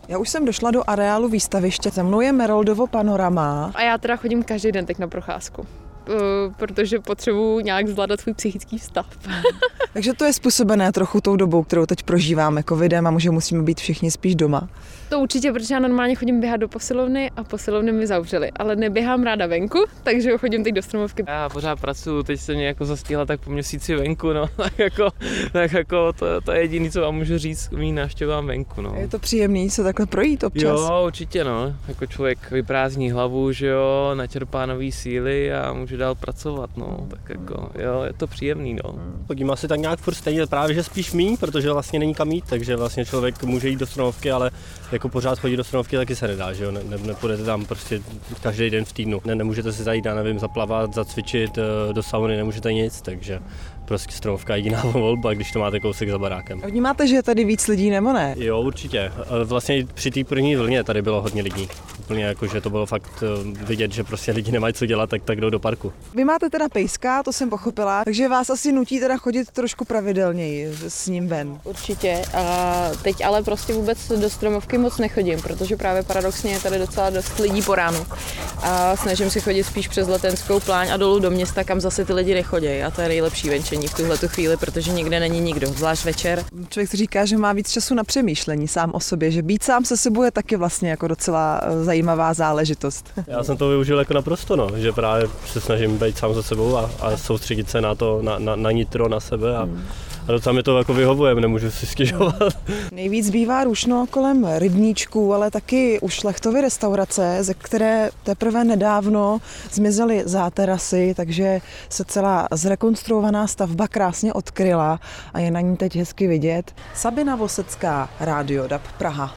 Já už jsem došla do areálu výstaviště, za mnou je Meroldovo panorama. A já teda chodím každý den teď na procházku, protože potřebuji nějak zvládat svůj psychický stav. Takže to je způsobené trochu tou dobou, kterou teď prožíváme covidem a že musíme být všichni spíš doma. To určitě, protože já normálně chodím běhat do posilovny a posilovny mi zavřely, ale neběhám ráda venku, takže chodím teď do stromovky. Já pořád pracuju, teď jsem mě jako zastihla tak po měsíci venku, no, tak jako to je jediné, co vám můžu říct, mý návštěvám venku, no. Je to příjemný se takhle projít občas? Jo, určitě, no, jako člověk vyprázdní hlavu, že jo, načerpá nový síly a může dál pracovat, no, tak jako, jo, je to příjemný, no. Chodím asi tak nějak furt stejně, právě že spíš míň, protože vlastně není kam jít, takže vlastně člověk může jít do stromovky, ale jako pořád chodit do stromovky taky se nedá, že jo, nepůjdete tam prostě každý den v týdnu, nemůžete si zajít, já nevím, zaplavat, zacvičit, do sauny, nemůžete nic, takže prostě stromovka je jediná volba, když to máte kousek za barákem. Vnímáte, že je tady víc lidí nebo ne? Jo, určitě. Vlastně při té první vlně tady bylo hodně lidí. Úplně jako, že to bylo fakt vidět, že prostě lidi nemají co dělat, tak jdou do parku. Vy máte teda pejska, to jsem pochopila, takže vás asi nutí teda chodit trošku pravidelněji s ním ven. Určitě. A teď ale prostě vůbec do stromovky moc nechodím, protože právě paradoxně je tady docela dost lidí po ránu. A snažím se chodit spíš přes Letenskou pláň a dolů do města, kam zase ty lidi nechodí. A to je nejlepší venčení v tuhletu chvíli, protože nikde není nikdo, zvlášť večer. Člověk si říká, že má víc času na přemýšlení sám o sobě, že být sám se sebou je taky vlastně jako docela zajímavá záležitost. Já jsem to využil jako naprosto, no, že právě se snažím být sám se sebou a soustředit se na to, na nitro, na sebe a docela mi to jako vyhovuje, nemůžu si stěžovat. Nejvíc bývá rušno kolem rybníčků, ale taky u Šlechtovy restaurace, ze které teprve nedávno zmizely záterasy, takže se celá zrekonstruovaná stavba krásně odkryla a je na ní teď hezky vidět. Sabina Vosecká, Rádio DAB Praha.